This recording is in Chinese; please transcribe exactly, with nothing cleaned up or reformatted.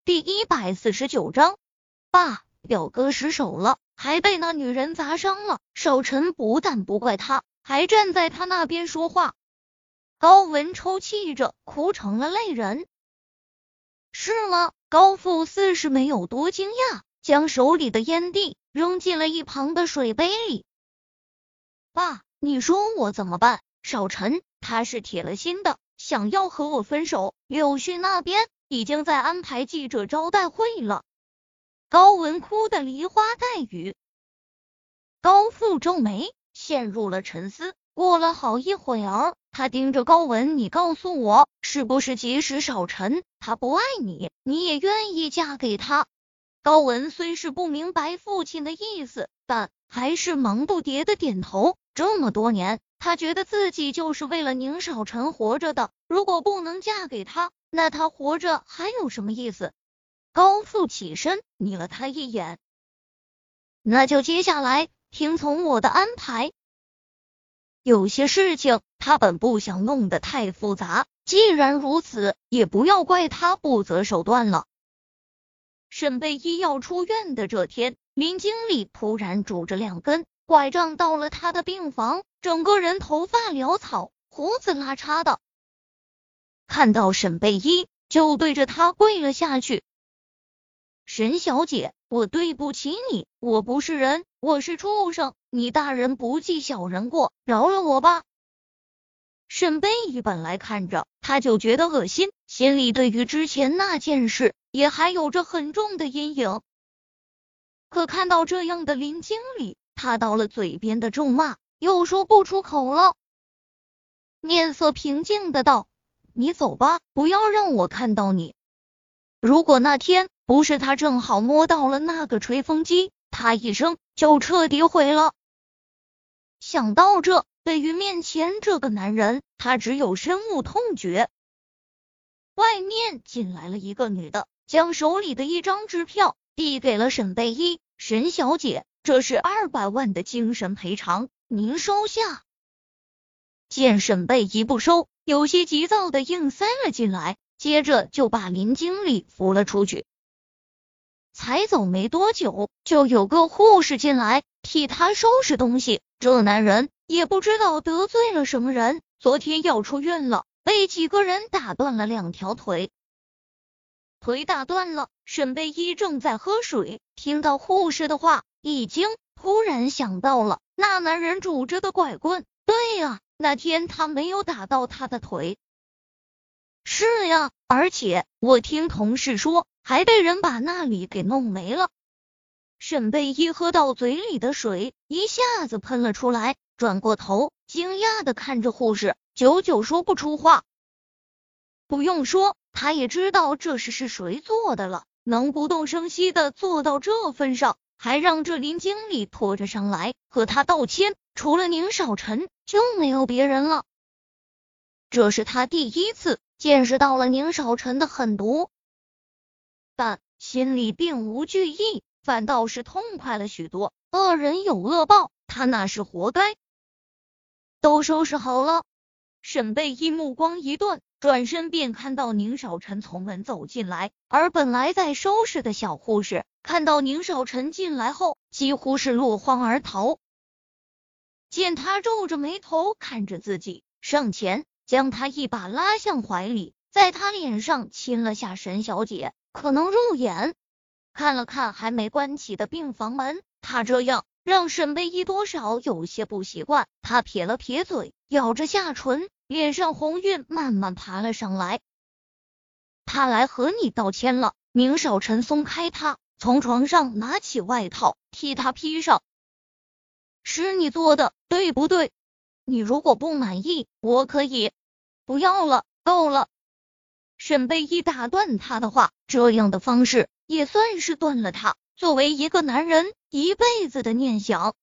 第一百四十九章，爸，表哥失手了，还被那女人砸伤了。少晨不但不怪他，还站在他那边说话。高文抽泣着，哭成了泪人。是吗？高父似是没有多惊讶，将手里的烟蒂扔进了一旁的水杯里。爸，你说我怎么办？少晨他是铁了心的，想要和我分手。柳絮那边已经在安排记者招待会了。高文哭得梨花带雨。高父皱眉，陷入了沉思。过了好一会儿，他盯着高文，你告诉我，是不是即使少晨他不爱你，你也愿意嫁给他？高文虽是不明白父亲的意思，但还是忙不迭的点头。这么多年，他觉得自己就是为了宁少晨活着的，如果不能嫁给他，那他活着还有什么意思？高父起身睨了他一眼，那就接下来听从我的安排。有些事情他本不想弄得太复杂，既然如此，也不要怪他不择手段了。沈贝依要出院的这天，林经理突然拄着两根拐杖到了他的病房，整个人头发潦草，胡子拉碴的。看到沈贝依，就对着他跪了下去。沈小姐，我对不起你，我不是人，我是畜生，你大人不计小人过，饶了我吧。沈贝依本来看着他就觉得恶心，心里对于之前那件事也还有着很重的阴影。可看到这样的林经理，他到了嘴边的咒骂又说不出口了，面色平静的道：你走吧，不要让我看到你。如果那天不是他正好摸到了那个吹风机，他一生就彻底毁了。想到这，对于面前这个男人，他只有深恶痛绝。外面进来了一个女的，将手里的一张支票递给了沈贝依。沈小姐，这是二百万的精神赔偿，您收下。见沈贝依不收，有些急躁的硬塞了进来，接着就把林经理扶了出去。才走没多久，就有个护士进来替他收拾东西。这男人也不知道得罪了什么人，昨天要出院了，被几个人打断了两条腿。腿打断了，沈贝依正在喝水，听到护士的话，一惊，突然想到了那男人拄着的拐棍。对呀，那天他没有打到他的腿。是呀，而且我听同事说，还被人把那里给弄没了。沈贝依喝到嘴里的水一下子喷了出来，转过头，惊讶的看着护士，久久说不出话。不用说，他也知道这事是谁做的了，能不动声息的做到这份上，还让这林经理拖着上来和他道歉，除了宁少臣就没有别人了。这是他第一次见识到了宁少臣的狠毒，但心里并无惧意，反倒是痛快了许多。恶人有恶报，他那是活该。都收拾好了。沈贝依目光一顿，转身便看到宁少臣从门走进来，而本来在收拾的小护士看到宁少臣进来后，几乎是落荒而逃。见他皱着眉头看着自己，上前将他一把拉向怀里，在他脸上亲了下。沈小姐，可能入眼。看了看还没关起的病房门，他这样让沈贝依多少有些不习惯。他撇了撇嘴，咬着下唇，脸上红晕慢慢爬了上来。他来和你道歉了。宁少臣松开他，从床上拿起外套替他披上。是你做的，对不对？你如果不满意，我可以。不要了，够了。沈贝依打断他的话，这样的方式也算是断了他作为一个男人一辈子的念想。